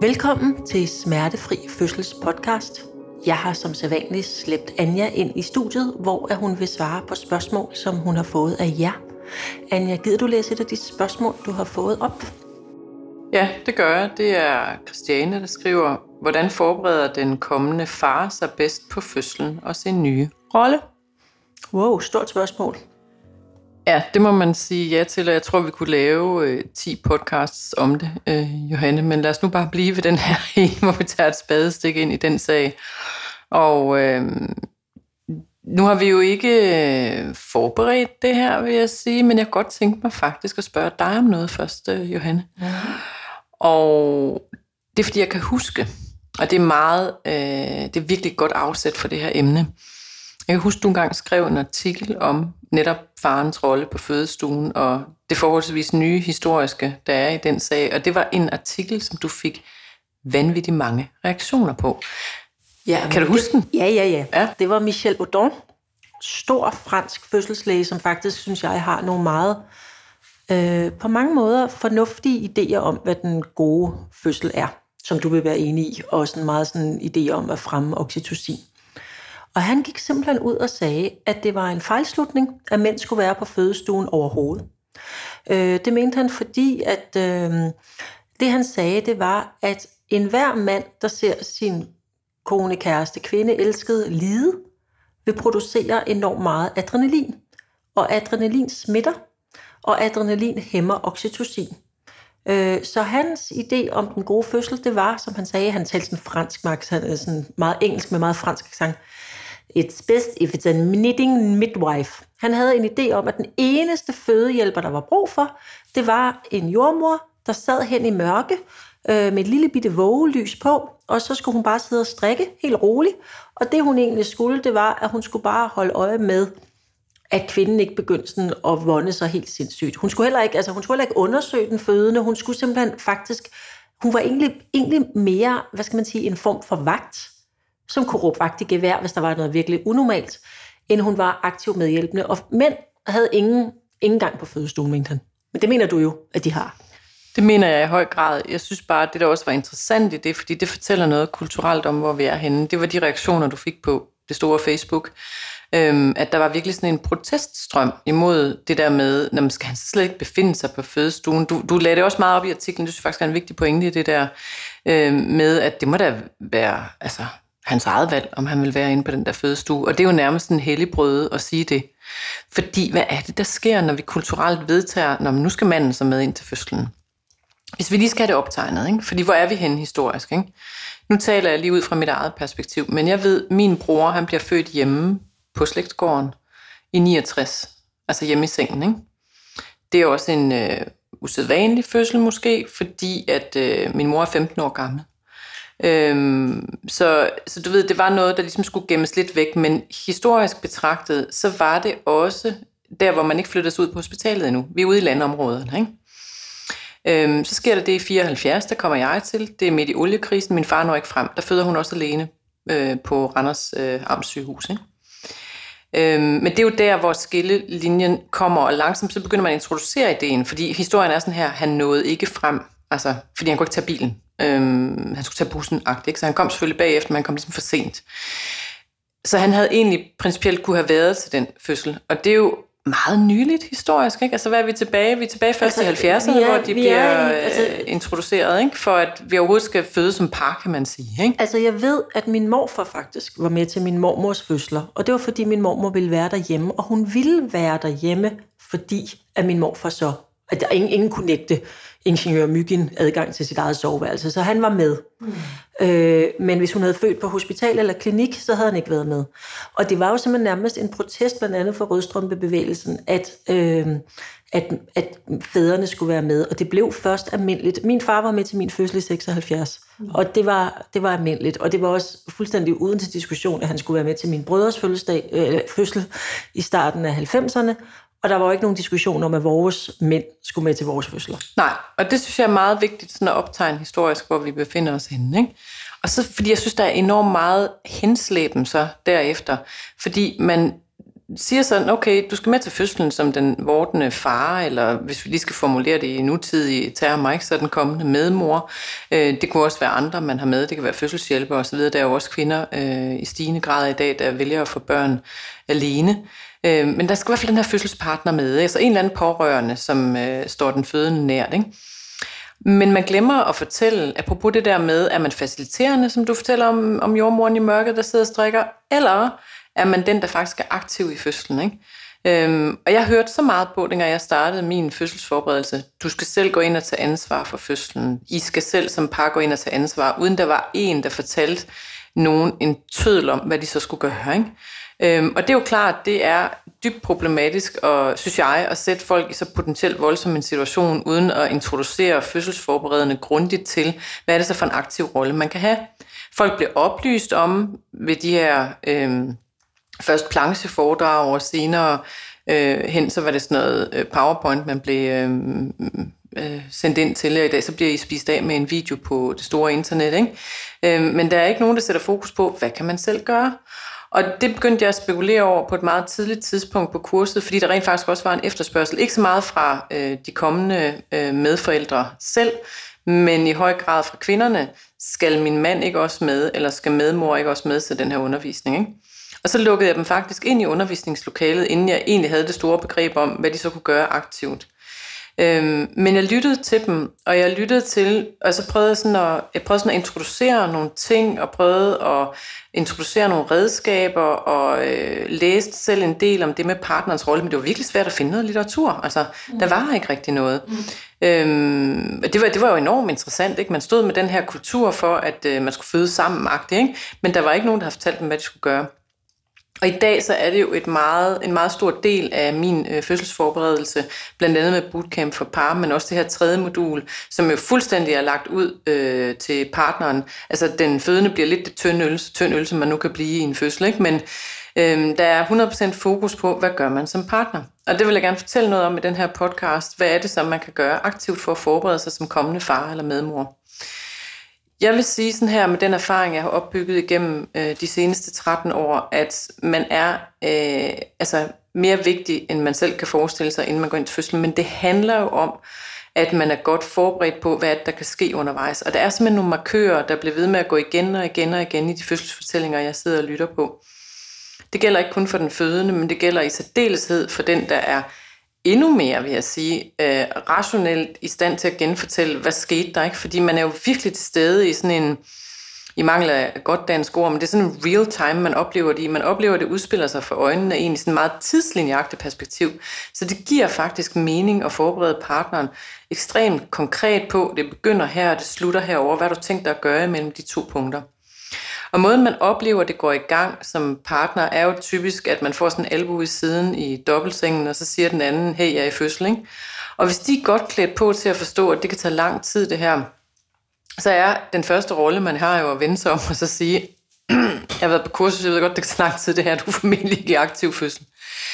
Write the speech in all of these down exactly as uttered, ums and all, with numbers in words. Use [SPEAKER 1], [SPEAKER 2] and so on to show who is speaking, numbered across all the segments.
[SPEAKER 1] Velkommen til Smertefri Fødsels podcast. Jeg har som sædvanligt slæbt Anja ind i studiet, hvor hun vil svare på spørgsmål, som hun har fået af jer. Anja, gider du læse et af de spørgsmål, du har fået op?
[SPEAKER 2] Ja, det gør jeg. Det er Christiane, der skriver, hvordan forbereder den kommende far sig bedst på fødslen og sin nye rolle?
[SPEAKER 1] Wow, stort spørgsmål.
[SPEAKER 2] Ja, det må man sige ja til, og jeg tror, vi kunne lave øh, ti podcasts om det, øh, Johanne. Men lad os nu bare blive ved den her, hvor vi tager et spadestik ind i den sag. Og øh, nu har vi jo ikke øh, forberedt det her, vil jeg sige, men jeg kunne godt tænke mig faktisk at spørge dig om noget først, øh, Johanne. Mm. Og det er, fordi jeg kan huske, og det er meget, øh, det er virkelig et godt afsæt for det her emne. Jeg kan huske, du engang skrev en artikel om netop farens rolle på fødestuen, og det forholdsvis nye historiske, der er i den sag. Og det var en artikel, som du fik vanvittigt mange reaktioner på.
[SPEAKER 1] Ja,
[SPEAKER 2] kan du huske
[SPEAKER 1] det,
[SPEAKER 2] den?
[SPEAKER 1] Ja, ja, ja, ja. Det var Michel Baudon, stor fransk fødselslæge, som faktisk, synes jeg, har nogle meget, øh, på mange måder, fornuftige idéer om, hvad den gode fødsel er, som du vil være enig i, og også en meget sådan idé om at fremme oxytocin. Og han gik simpelthen ud og sagde, at det var en fejlslutning, at mænd skulle være på fødestuen overhovedet. Øh, det mente han, fordi at øh, det han sagde, det var, at enhver mand, der ser sin kone, kæreste, kvinde, elskede lide, vil producere enormt meget adrenalin. Og adrenalin smitter, og adrenalin hæmmer oxytocin. Øh, så hans idé om den gode fødsel, det var, som han sagde, han talte sådan fransk, Max, han er sådan meget engelsk med meget fransk accent. It's best if it's a knitting midwife. Han havde en idé om, at den eneste fødehjælper, der var brug for, det var en jordmor, der sad hen i mørke øh, med et lille bitte vågelys på, og så skulle hun bare sidde og strikke helt roligt. Og det hun egentlig skulle, det var, at hun skulle bare holde øje med, at kvinden ikke begyndte sådan at vonde sig helt sindssygt. Hun skulle heller ikke, altså hun skulle heller ikke undersøge den fødende, hun skulle simpelthen faktisk, hun var egentlig, egentlig mere, hvad skal man sige, en form for vagt, som kunne råbe vagt i gevær, hvis der var noget virkelig unormalt, end hun var aktiv medhjælpende. Og mænd havde ingen, ingen gang på fødestuen, mente han. Men det mener du jo, at de har.
[SPEAKER 2] Det mener jeg i høj grad. Jeg synes bare, at det der også var interessant i det, fordi det fortæller noget kulturelt om, hvor vi er henne. Det var de reaktioner, du fik på det store Facebook. Øhm, at der var virkelig sådan en proteststrøm imod det der med, når man skal han slet ikke befinde sig på fødestuen. Du, du lagde det også meget op i artiklen, det synes jeg faktisk er en vigtig pointe i det der, øhm, med at det må da være, altså hans eget valg, om han vil være inde på den der fødestue. Og det er jo nærmest en helligbrøde at sige det. Fordi hvad er det, der sker, når vi kulturelt vedtager, når nu skal manden så med ind til fødslen? Hvis vi lige skal have det optegnet, ikke? Fordi hvor er vi henne historisk? Ikke? Nu taler jeg lige ud fra mit eget perspektiv, men jeg ved, min bror, han bliver født hjemme på slægtsgården i niogtres, altså hjemme i sengen. Ikke? Det er også en øh, usædvanlig fødsel måske, fordi at øh, min mor er femten år gammel. Øhm, så, så du ved, det var noget, der ligesom skulle gemmes lidt væk, men historisk betragtet, så var det også der, hvor man ikke flyttede sig ud på hospitalet endnu. Vi er ude i landområderne, ikke? Øhm, så sker der det i fireoghalvfjerds, der kommer jeg til. Det er midt i oliekrisen, min far når ikke frem. Der føder hun også alene øh, på Randers øh, Amtssygehus, ikke? Øhm, men det er jo der, hvor skillelinjen kommer, og langsomt så begynder man at introducere ideen, fordi historien er sådan her, han nåede ikke frem, altså, fordi han kunne ikke tage bilen. Øhm, han skulle tage bussen, ikke? Så han kom selvfølgelig bagefter, men han kom ligesom for sent. Så han havde egentlig principielt kunne have været til den fødsel, og det er jo meget nyligt historisk, ikke? Altså, hvad er vi tilbage? Vi er tilbage først altså, i halvfjerdserne, er, hvor de bliver er, altså, introduceret, ikke? For at vi overhovedet skal føde som par, kan man sige, ikke?
[SPEAKER 1] Altså, jeg ved, at min morfar faktisk var med til min mormors fødsler, og det var, fordi min mormor ville være derhjemme, og hun ville være derhjemme, fordi at min morfar så, at der ingen, ingen kunne nægte ingeniør Myggen adgang til sit eget soveværelse, så han var med. Mm. Øh, men hvis hun havde født på hospital eller klinik, så havde han ikke været med. Og det var jo simpelthen nærmest en protest, blandt andet for rødstrømpebevægelsen, at, øh, at, at fædrene skulle være med, og det blev først almindeligt. Min far var med til min fødsel i seksoghalvfjerds, mm. og det var, det var almindeligt, og det var også fuldstændig uden til diskussion, at han skulle være med til min brødres fødselsdag, øh, fødsel i starten af halvfemserne, og der var jo ikke nogen diskussion om, at vores mænd skulle med til vores fødsler.
[SPEAKER 2] Nej, og det synes jeg er meget vigtigt sådan at optegne historisk, hvor vi befinder os henne, ikke? Og så fordi jeg synes, der er enormt meget henslæben så derefter, fordi man siger sådan, okay, du skal med til fødslen som den vortende far, eller hvis vi lige skal formulere det i nutidige termer, ikke, så den kommende medmor. Øh, det kunne også være andre, man har med. Det kan være fødselshjælper osv. Der er jo også kvinder øh, i stigende grad i dag, der vælger at få børn alene. Øh, men der skal i hvert fald den her fødselspartner med, altså en eller anden pårørende, som øh, står den fødende nært, ikke? Men man glemmer at fortælle, apropos det der med, er man faciliterende, som du fortæller om, om jordmoren i mørket, der sidder og strikker, eller er man den, der faktisk er aktiv i fødslen, ikke? Øhm, og jeg hørte så meget på, dengang jeg startede min fødselsforberedelse. Du skal selv gå ind og tage ansvar for fødslen. I skal selv som par gå ind og tage ansvar, uden der var en, der fortalte nogen en tødel om, hvad de så skulle gøre, ikke? Øhm, og det er jo klart, det er dybt problematisk, og, synes jeg, at sætte folk i så potentielt voldsom en situation, uden at introducere fødselsforberedende grundigt til, hvad er det så for en aktiv rolle, man kan have. Folk bliver oplyst om ved de her øhm, først plancheforedrag, og senere øh, hen, så var det sådan noget øh, PowerPoint, man blev øh, øh, sendt ind til, og i dag så bliver I spist af med en video på det store internet, ikke? Øh, men der er ikke nogen, der sætter fokus på, hvad kan man selv gøre? Og det begyndte jeg at spekulere over på et meget tidligt tidspunkt på kurset, fordi der rent faktisk også var en efterspørgsel. Ikke så meget fra øh, de kommende øh, medforældre selv, men i høj grad fra kvinderne. Skal min mand ikke også med, eller skal medmor ikke også med til den her undervisning, ikke? Og så lukkede jeg dem faktisk ind i undervisningslokalet, inden jeg egentlig havde det store begreb om, hvad de så kunne gøre aktivt. Øhm, men jeg lyttede til dem, og jeg lyttede til, og så prøvede jeg sådan at, jeg prøvede sådan at introducere nogle ting, og prøvede at introducere nogle redskaber, og øh, læste selv en del om det med partnerens rolle, men det var virkelig svært at finde noget litteratur. Altså, mm. der var ikke rigtig noget. Mm. Øhm, det, var, det var jo enormt interessant, ikke? Man stod med den her kultur for, at øh, man skulle føde sammen, ikke? Men der var ikke nogen, der havde fortalt dem, hvad de skulle gøre. Og i dag så er det jo et meget, en meget stor del af min øh, fødselsforberedelse, blandt andet med bootcamp for par, men også det her tredje modul, som jo fuldstændig er lagt ud øh, til partneren. Altså den fødende bliver lidt det tynde øl, tynd øl, som man nu kan blive i en fødsel, ikke? Men øh, der er hundrede procent fokus på, hvad gør man som partner. Og det vil jeg gerne fortælle noget om i den her podcast. Hvad er det, som man kan gøre aktivt for at forberede sig som kommende far eller medmor? Jeg vil sige sådan her med den erfaring, jeg har opbygget igennem øh, de seneste tretten år, at man er øh, altså mere vigtig, end man selv kan forestille sig, inden man går ind til fødslen. Men det handler jo om, at man er godt forberedt på, hvad der kan ske undervejs. Og der er simpelthen nogle markører, der bliver ved med at gå igen og igen og igen i de fødselsfortællinger, jeg sidder og lytter på. Det gælder ikke kun for den fødende, men det gælder i særdeleshed for den, der er endnu mere, vil jeg sige, øh, rationelt i stand til at genfortælle, hvad skete der, ikke? Fordi man er jo virkelig til stede i sådan en, i mangel af godt dansk ord, men det er sådan en real time, man oplever det i. Man oplever, at det udspiller sig for øjnene i en sådan meget tidslinjeagtigt perspektiv. Så det giver faktisk mening at forberede partneren ekstremt konkret på, det begynder her, og det slutter herover. Hvad har du tænkt dig at gøre mellem de to punkter? Og måden man oplever, at det går i gang som partner, er jo typisk, at man får sådan en albue i siden i dobbeltsengen, og så siger den anden, hey, jeg er i fødsel, ikke? Og hvis de er godt klædt på til at forstå, at det kan tage lang tid det her, så er den første rolle, man har jo at vende sig om, og så sige, jeg har været på kursus, jeg ved godt, det kan tage lang tid det her, du er formentlig ikke i aktiv fødsel.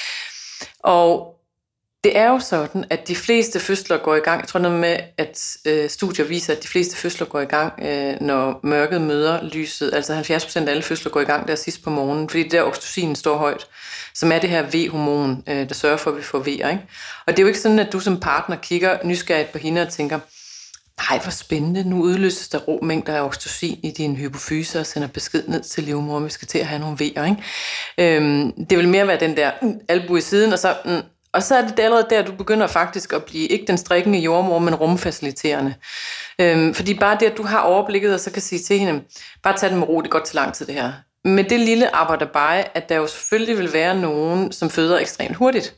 [SPEAKER 2] Og det er jo sådan, at de fleste fødsler går i gang. Jeg tror noget med, at øh, studier viser, at de fleste fødsler går i gang, øh, når mørket møder lyset. Altså halvfjerds procent af alle fødsler går i gang der sidst på morgenen, fordi der oxytocin står højt, som er det her V-hormon, øh, der sørger for, at vi får V'er, ikke? Og det er jo ikke sådan, at du som partner kigger nysgerrigt på hende og tænker, nej, hvor spændende, nu udløses der rå mængder af oxytocin i din hypofyse og sender besked ned til livmoderen, vi skal til at have nogle V'er, ikke? Øh, det vil mere være den der mm, albue i siden, og så... Mm, Og så er det allerede der, du begynder faktisk at blive ikke den strikkende jordmor, men rumfaciliterende. Øhm, fordi bare det, at du har overblikket, og så kan sige til hende, bare tag den med ro, det går til lang tid det her. Med det lille arbejder bare, at der jo selvfølgelig vil være nogen, som føder ekstremt hurtigt.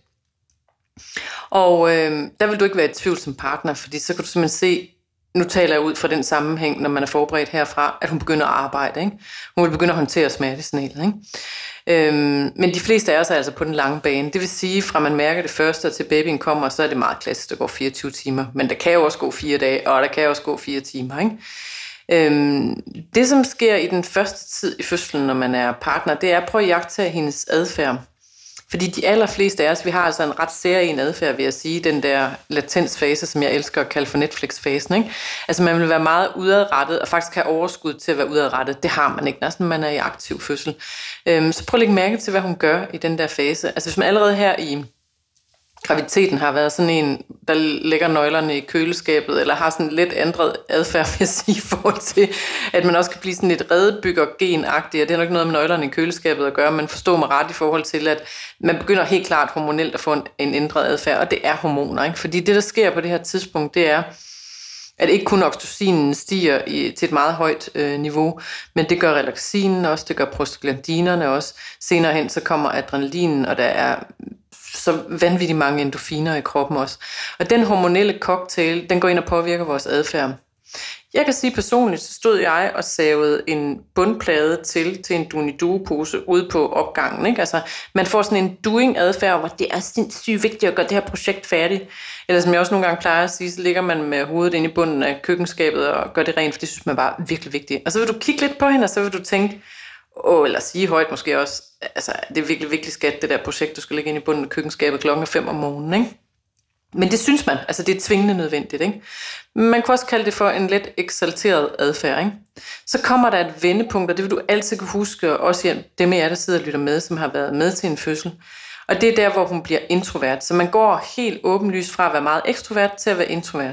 [SPEAKER 2] Og øhm, der vil du ikke være i tvivl som partner, fordi så kan du simpelthen se, nu taler jeg ud fra den sammenhæng, når man er forberedt herfra, at hun begynder at arbejde, ikke? Hun vil begynde at håndtere smertesignalet, ikke? Øhm, men de fleste af os er altså på den lange bane. Det vil sige, fra man mærker det første og til babyen kommer, så er det meget klassisk, der går fireogtyve timer. Men der kan jo også gå fire dage, og der kan også gå fire timer, ikke? Øhm, det, som sker i den første tid i fødslen, når man er partner, det er at prøve at iagttage hendes adfærd. Fordi de allerfleste af os, vi har altså en ret særlig adfærd, vil jeg sige, den der latensfase, som jeg elsker at kalde for Netflix-fasen. Ikke? Altså man vil være meget udadrettet, og faktisk have overskud til at være udadrettet. Det har man ikke, næsten man er i aktiv fødsel. Øhm, så prøv at lægge mærke til, hvad hun gør i den der fase. Altså hvis man allerede her i graviditeten har været sådan en, der lægger nøglerne i køleskabet, eller har sådan lidt ændret adfærd, vil jeg sige, i forhold til, at man også kan blive sådan lidt redebygger-gen-agtig, og det har nok noget med nøglerne i køleskabet at gøre, men forstår mig ret i forhold til, at man begynder helt klart hormonelt at få en, en ændret adfærd, og det er hormoner, ikke? Fordi det, der sker på det her tidspunkt, det er, at ikke kun oxytocinen stiger i, til et meget højt øh, niveau, men det gør relaxinen også, det gør prostaglandinerne også. Senere hen, så kommer adrenalinen, og der er så vanvittigt mange endorfiner i kroppen også. Og den hormonelle cocktail, den går ind og påvirker vores adfærd. Jeg kan sige personligt, så stod jeg og savede en bundplade til, til en Duniduo-pose ude på opgangen. Ikke? Altså, man får sådan en doing-adfærd, hvor det er sindssygt vigtigt at gøre det her projekt færdigt. Eller som jeg også nogle gange plejer at sige, så ligger man med hovedet inde i bunden af køkkenskabet og gør det rent, for det synes man bare er virkelig vigtigt. Og så vil du kigge lidt på hende, og så vil du tænke, åh, eller sige højt måske også, altså det er virkelig, virkelig skat, det der projekt, du skal ligge ind i bunden af køkkenskabet klokken fem om morgenen, ikke? Men det synes man, altså det er tvingende nødvendigt, ikke? Man kan også kalde det for en let eksalteret adfærd, ikke? Så kommer der et vendepunkt, og det vil du altid kunne huske, også dem af jer, der sidder og lytter med, som har været med til en fødsel. Og det er der, hvor hun bliver introvert. Så man går helt åbenlyst fra at være meget ekstrovert til at være introvert.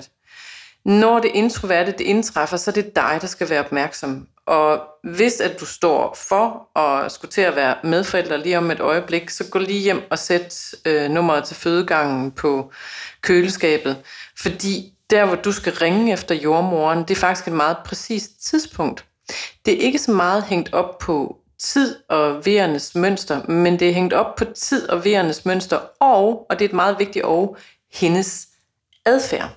[SPEAKER 2] Når det introverte det indtræffer, så er det dig, der skal være opmærksom. Og hvis at du står for at skulle til at være medforælder lige om et øjeblik, så gå lige hjem og sæt øh, nummeret til fødegangen på køleskabet. Fordi der, hvor du skal ringe efter jordmoren, det er faktisk et meget præcist tidspunkt. Det er ikke så meget hængt op på tid og vejernes mønster, men det er hængt op på tid og vejernes mønster, og, og det er et meget vigtigt og, hendes adfærd.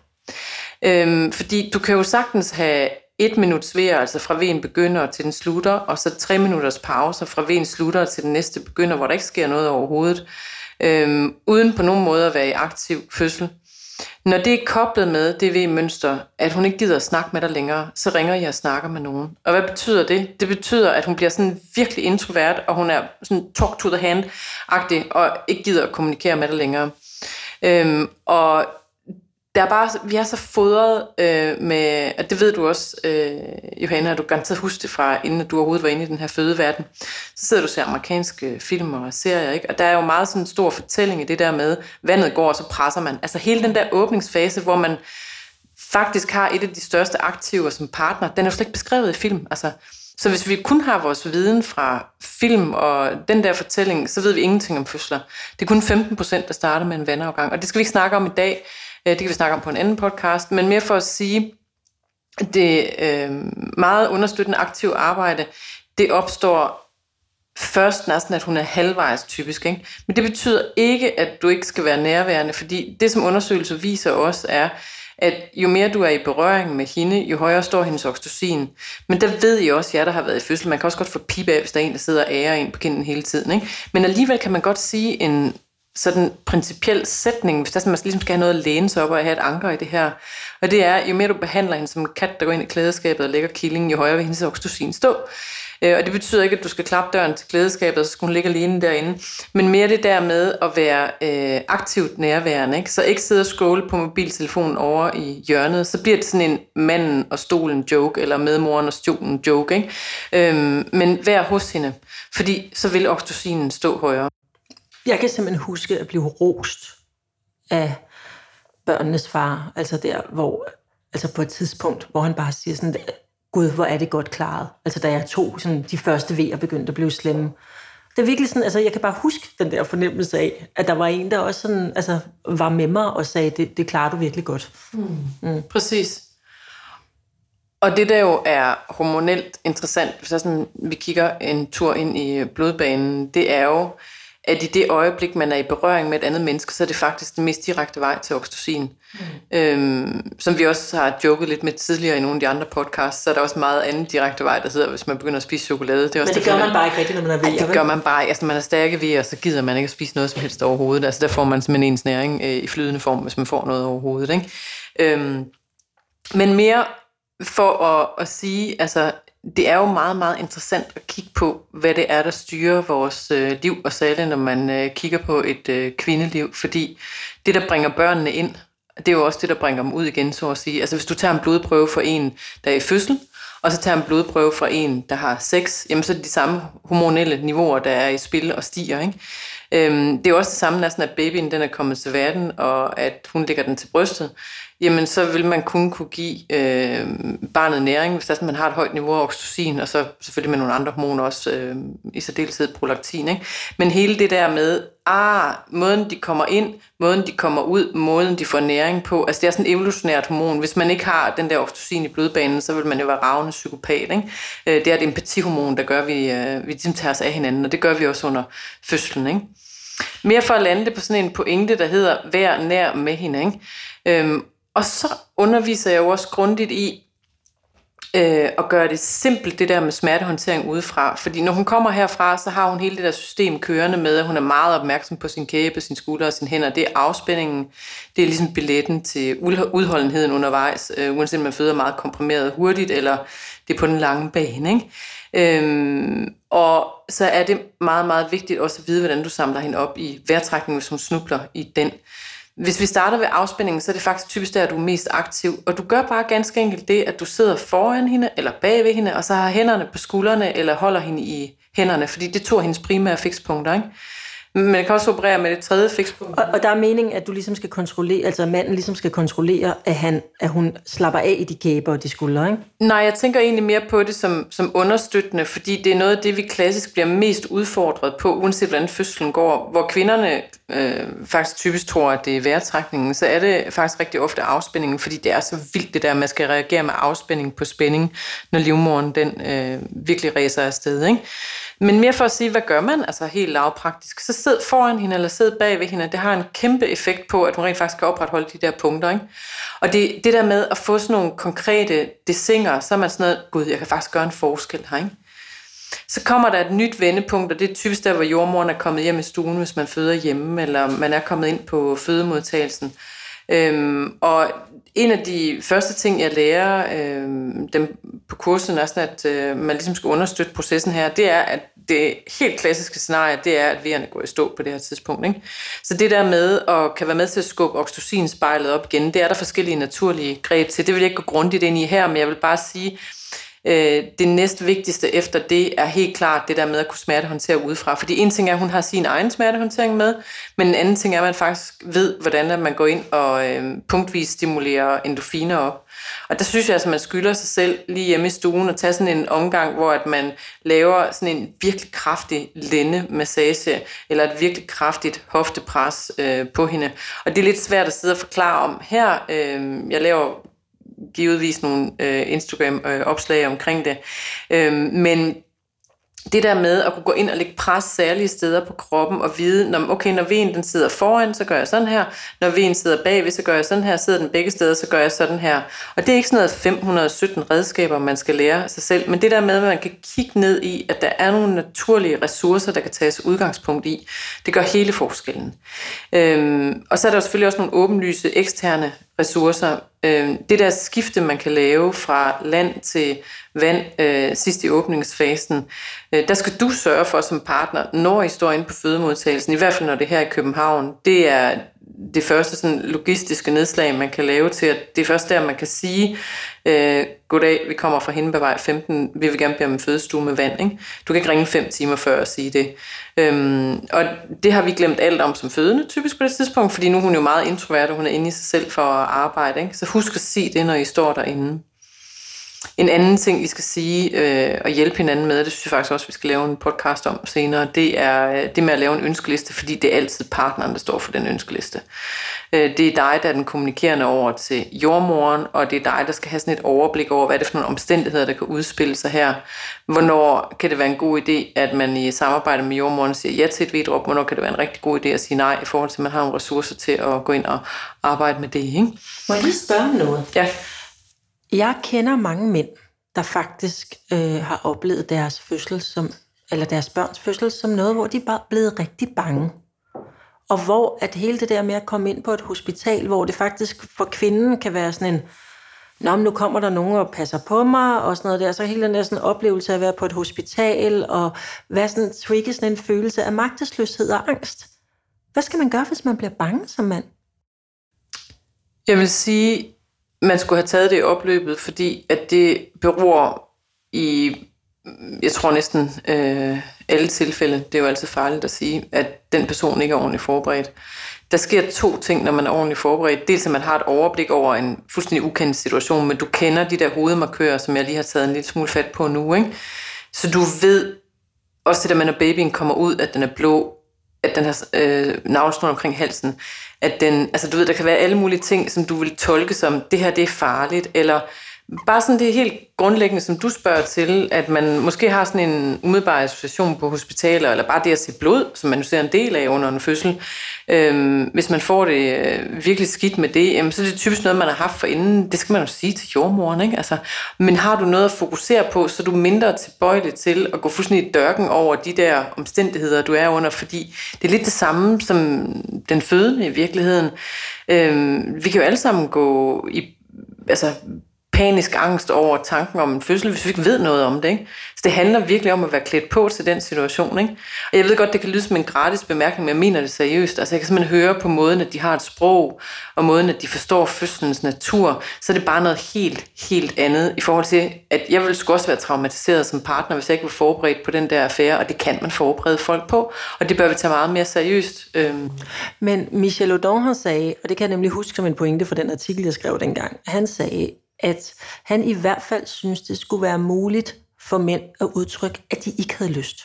[SPEAKER 2] Øhm, fordi du kan jo sagtens have et minuts vejr, altså fra vejen begynder til den slutter, og så tre minutters pauser fra vejen slutter til den næste begynder, hvor der ikke sker noget overhovedet, øhm, uden på nogen måde at være i aktiv fødsel. Når det er koblet med det V-mønster, at hun ikke gider at snakke med dig længere, så ringer jeg og snakker med nogen. Og hvad betyder det? Det betyder, at hun bliver sådan virkelig introvert, og hun er sådan talk to the hand-agtig, og ikke gider at kommunikere med dig længere. Øhm, og der er bare, vi er så fodret øh, med, og det ved du også, øh, Johanna, du garanteret huske det fra, inden du overhovedet var inde i den her fødeverden. Så sidder du og ser amerikanske film og serier, ikke? Og der er jo meget sådan en stor fortælling i det der med, vandet går, og så presser man. Altså hele den der åbningsfase, hvor man faktisk har et af de største aktiver som partner, den er jo slet ikke beskrevet i film. Altså, så hvis vi kun har vores viden fra film og den der fortælling, så ved vi ingenting om fødsler. Det er kun femten procent, der starter med en vandafgang, og det skal vi ikke snakke om i dag. Det kan vi snakke om på en anden podcast, men mere for at sige, at det øh, meget understøttende aktive arbejde, det opstår først næsten, at hun er halvvejs typisk. Ikke? Men det betyder ikke, at du ikke skal være nærværende, fordi det, som undersøgelser viser også, er, at jo mere du er i berøring med hende, jo højere står hendes oxytocin. Men der ved I også, jer der har været i fødsel, man kan også godt få pip af, hvis der er en, der sidder og ærer en på kinden hele tiden. Ikke? Men alligevel kan man godt sige en sådan principiel sætning, hvis der man ligesom skal have noget at læne sig op og have et anker i det her. Og det er, jo mere du behandler hende som en kat, der går ind i klædeskabet og lægger killingen, jo højere vil hendes oxytocin stå. Og det betyder ikke, at du skal klappe døren til klædeskabet, og så skal hun ligge alene derinde. Men mere det der med at være øh, aktivt nærværende. Ikke? Så ikke sidde og scrolle på mobiltelefonen over i hjørnet. Så bliver det sådan en manden og stolen joke, eller medmoren og stolen joke. Ikke? Øhm, men vær hos hende, fordi så vil oxytocinen stå højere.
[SPEAKER 1] Jeg kan simpelthen huske at blive rost af børnenes far, altså der, hvor, altså på et tidspunkt, hvor han bare siger sådan, Gud, hvor er det godt klaret. Altså da jeg tog sådan, de første vejer begyndte at blive slemme. Det er virkelig sådan, altså jeg kan bare huske den der fornemmelse af, at der var en, der også sådan, altså var med mig og sagde, det, det klarer du virkelig godt.
[SPEAKER 2] Mm. Mm. Præcis. Og det der jo er hormonelt interessant, hvis sådan, vi kigger en tur ind i blodbanen, det er jo, at i det øjeblik, man er i berøring med et andet menneske, så er det faktisk den mest direkte vej til oxytocin. Mm. Øhm, som vi også har joket lidt med tidligere i nogle af de andre podcasts, så er der også meget anden direkte vej, der hedder, hvis man begynder at spise chokolade. Det er også
[SPEAKER 1] Men det gør man bare ikke rigtigt, når man er ved.
[SPEAKER 2] Det gør man bare ikke. Altså, når man er stærke ved, og så gider man ikke at spise noget som helst overhovedet. Altså, der får man simpelthen ens næring øh, i flydende form, hvis man får noget overhovedet. Ikke? Øhm, men mere for at, at sige, altså, det er jo meget, meget interessant at kigge på, hvad det er, der styrer vores øh, liv, og særligt når man øh, kigger på et øh, kvindeliv, fordi det, der bringer børnene ind, det er jo også det, der bringer dem ud igen, så at sige. Altså hvis du tager en blodprøve for en, der er i fødsel, og så tager en blodprøve fra en, der har sex, jamen så er det de samme hormonelle niveauer, der er i spil og stiger, ikke? Øhm, det er jo også det samme, næsten at babyen den er kommet til verden, og at hun lægger den til brystet, jamen så vil man kun kunne give øh, barnet næring, hvis altså, man har et højt niveau af oxytocin, og så selvfølgelig med nogle andre hormoner også, øh, i særdeleshed prolaktin, ikke? Men hele det der med, ah, måden de kommer ind, måden de kommer ud, måden de får næring på, altså det er sådan et evolutionært hormon. Hvis man ikke har den der oxytocin i blodbanen, så vil man jo være ravende psykopat, ikke? Øh, det er et empatihormon, der gør, at vi, øh, vi ligesom tager os af hinanden, og det gør vi også under fødslen, ikke? Mere for at lande det på sådan en pointe, der hedder, vær nær med hende, ikke? Øhm, og så underviser jeg jo også grundigt i øh, at gøre det simpelt, det der med smertehåndtering udefra. Fordi når hun kommer herfra, så har hun hele det der system kørende med, at hun er meget opmærksom på sin kæbe, sin skulder og sine hænder. Det er afspændingen, det er ligesom billetten til udholdenheden undervejs, øh, uanset om man føder meget komprimeret hurtigt, eller det er på den lange bane, ikke? Øhm, og så er det meget, meget vigtigt også at vide, hvordan du samler hende op i vejrtrækning, hvis hun snubler i den. Hvis vi starter ved afspændingen, så er det faktisk typisk der, at du er mest aktiv. Og du gør bare ganske enkelt det, at du sidder foran hende eller bag ved hende, og så har hænderne på skuldrene eller holder hende i hænderne, fordi det er to af hendes primære fikspunkter, ikke? Men man kan også operere med det tredje fikspunkt.
[SPEAKER 1] Og, og der er meningen, at du ligesom skal kontrollere, altså manden ligesom skal kontrollere, at, han, at hun slapper af i de kæber og de skuldre, ikke?
[SPEAKER 2] Nej, jeg tænker egentlig mere på det som, som understøttende, fordi det er noget af det, vi klassisk bliver mest udfordret på, uanset hvordan fødslen går. Hvor kvinderne øh, faktisk typisk tror, at det er vejrtrækningen, så er det faktisk rigtig ofte afspændingen, fordi det er så vildt det der, man skal reagere med afspænding på spænding, når livmoderen den øh, virkelig ræser afsted, ikke? Men mere for at sige, hvad gør man? Altså helt lavpraktisk. Så sid foran hende eller sid bag ved hende. Det har en kæmpe effekt på, at hun rent faktisk kan opretholde de der punkter, ikke? Og det, det der med at få sådan nogle konkrete desinger, så er man sådan noget, gud, jeg kan faktisk gøre en forskel her, ikke? Så kommer der et nyt vendepunkt, og det er typisk der, hvor jordmoren er kommet hjem i stuen, hvis man føder hjemme, eller man er kommet ind på fødemodtagelsen. Øhm, og en af de første ting, jeg lærer øh, dem på kursen, er sådan, at øh, man ligesom skal understøtte processen her, det er, at det helt klassiske scenarie, det er, at vejerne går i stå på det her tidspunkt, ikke? Så det der med at kan være med til at skubbe oxytocinspejlet op igen, det er der forskellige naturlige greb til. Det vil jeg ikke gå grundigt ind i her, men jeg vil bare sige, øh, det næst vigtigste efter det er helt klart det der med at kunne smertehåndtere udefra. Fordi en ting er, at hun har sin egen smertehåndtering med, men en anden ting er, at man faktisk ved, hvordan man går ind og øh, punktvis stimulerer endorfiner op. Og der synes jeg, at man skylder sig selv lige hjemme i stuen og tage sådan en omgang, hvor at man laver sådan en virkelig kraftig lændemassage, eller et virkelig kraftigt hoftepres øh, på hende. Og det er lidt svært at sidde og forklare om her. Øh, jeg laver givetvis nogle øh, Instagram-opslag øh, omkring det. Øh, men det der med at kunne gå ind og lægge pres særlige steder på kroppen og vide, når, okay, når vejen den sidder foran, så gør jeg sådan her. Når vejen sidder bagved, så gør jeg sådan her. Sidder den begge steder, så gør jeg sådan her. Og det er ikke sådan noget fem hundrede og sytten redskaber, man skal lære sig selv. Men det der med, at man kan kigge ned i, at der er nogle naturlige ressourcer, der kan tages udgangspunkt i, det gør hele forskellen. Øhm, og så er der jo selvfølgelig også nogle åbenlyse eksterne ressourcer. Øh, det der skifte, man kan lave fra land til vand øh, sidst i åbningsfasen, øh, der skal du sørge for som partner, når I står inde på fødemodtagelsen, i hvert fald når det er her i København. Det er det første sådan, logistiske nedslag, man kan lave til, at det er først der, man kan sige, øh, goddag, vi kommer fra Hindbergvej femten, vi vil gerne bede om en fødestue med vand. Ikke? Du kan ikke ringe fem timer før og sige det. Øhm, og det har vi glemt alt om som fødende, typisk på det tidspunkt, fordi nu er hun jo meget introvert, og hun er inde i sig selv for at arbejde. Ikke? Så husk at sige det, når I står derinde. En anden ting, I skal sige øh, og hjælpe hinanden med, det synes jeg faktisk også, vi skal lave en podcast om senere, det er det med at lave en ønskeliste, fordi det er altid partneren, der står for den ønskeliste. Øh, det er dig, der er den kommunikerende over til jordmoren, og det er dig, der skal have sådan et overblik over, hvad det er for nogle omstændigheder, der kan udspille sig her. Hvornår kan det være en god idé, at man i samarbejde med jordmoren siger ja til et V-drop, hvornår kan det være en rigtig god idé at sige nej, i forhold til, at man har nogle ressourcer til at gå ind og arbejde med det. Ikke?
[SPEAKER 1] Må jeg lige spørge om noget?
[SPEAKER 2] Ja.
[SPEAKER 1] Jeg kender mange mænd, der faktisk øh, har oplevet deres fødsel som, eller deres børns fødsel som noget, hvor de bare er blevet rigtig bange. Og hvor at hele det der med at komme ind på et hospital, hvor det faktisk for kvinden kan være sådan en nå, men nu kommer der nogen og passer på mig, og sådan noget der. Så hele den der sådan oplevelse af at være på et hospital, og hvad sådan trigger sådan en følelse af magtesløshed og angst. Hvad skal man gøre, hvis man bliver bange som mand?
[SPEAKER 2] Jeg vil sige, man skulle have taget det i opløbet, fordi at det beror i, jeg tror næsten øh, alle tilfælde, det er jo altid farligt at sige, at den person ikke er ordentligt forberedt. Der sker to ting, når man er ordentligt forberedt. Dels at man har et overblik over en fuldstændig ukendt situation, men du kender de der hovedmarkører, som jeg lige har taget en lille smule fat på nu, ikke? Så du ved også det der med, når babyen kommer ud, at den er blå, at den har øh, navlesnor omkring halsen, at den, altså du ved, der kan være alle mulige ting, som du vil tolke som, det her det er farligt, eller bare sådan det helt grundlæggende, som du spørger til, at man måske har sådan en umiddelbar association på hospitaler, eller bare det at se blod, som man jo ser en del af under en fødsel. Øhm, hvis man får det øh, virkelig skidt med det, jamen, så er det typisk noget, man har haft forinden. Det skal man jo sige til jordmoren, ikke? Altså, men har du noget at fokusere på, så er du mindre tilbøjelig til at gå fuldstændig i dørken over de der omstændigheder, du er under, fordi det er lidt det samme som den fødende i virkeligheden. Øhm, vi kan jo alle sammen gå i, altså, panisk angst over tanken om en fødsel, hvis vi ikke ved noget om det, ikke? Så det handler virkelig om at være klædt på til den situation, ikke? Og jeg ved godt, det kan lyde som en gratis bemærkning, men jeg mener det seriøst. Altså jeg kan simpelthen høre på måden, at de har et sprog, og måden, at de forstår fødselens natur, så er det bare noget helt, helt andet i forhold til, at jeg ville sgu også være traumatiseret som partner, hvis jeg ikke var forberedt på den der affære, og det kan man forberede folk på, og det bør vi tage meget mere seriøst. Øhm.
[SPEAKER 1] Men Michel Audon har sagde, og det kan jeg nemlig huske som en pointe for den artikel, jeg skrev dengang, han sagde, at han i hvert fald synes, det skulle være muligt for mænd at udtrykke, at de ikke havde lyst.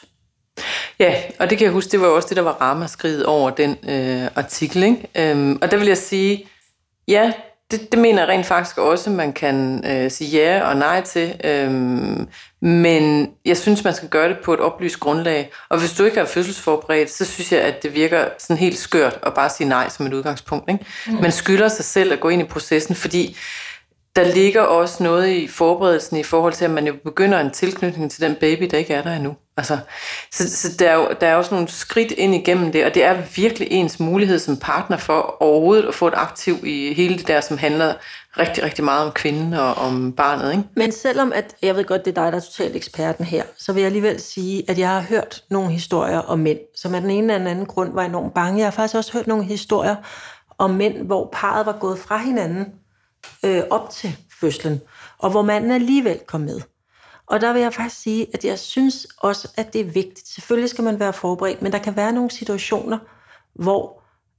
[SPEAKER 2] Ja, og det kan jeg huske, det var også det, der var ramaskriget over den øh, artikel, ikke? Øhm, og der vil jeg sige, ja, det, det mener jeg rent faktisk også, man kan øh, sige ja og nej til, øhm, men jeg synes, man skal gøre det på et oplyst grundlag, og hvis du ikke er fødselsforberedt, så synes jeg, at det virker sådan helt skørt at bare sige nej som et udgangspunkt, ikke? Mm. Man skylder sig selv at gå ind i processen, fordi der ligger også noget i forberedelsen i forhold til, at man jo begynder en tilknytning til den baby, der ikke er der endnu. Altså, så så der, er jo, der er også nogle skridt ind igennem det, og det er virkelig ens mulighed som partner for overhovedet at få et aktiv i hele det der, som handler rigtig, rigtig meget om kvinden og om barnet, ikke?
[SPEAKER 1] Men selvom, at jeg ved godt, det er dig, der er totalt eksperten her, så vil jeg alligevel sige, at jeg har hørt nogle historier om mænd, som af den ene eller anden grund var enormt bange. Jeg har faktisk også hørt nogle historier om mænd, hvor parret var gået fra hinanden, Øh, op til fødslen, og hvor manden alligevel kom med. Og der vil jeg faktisk sige, at jeg synes også, at det er vigtigt. Selvfølgelig skal man være forberedt, men der kan være nogle situationer, hvor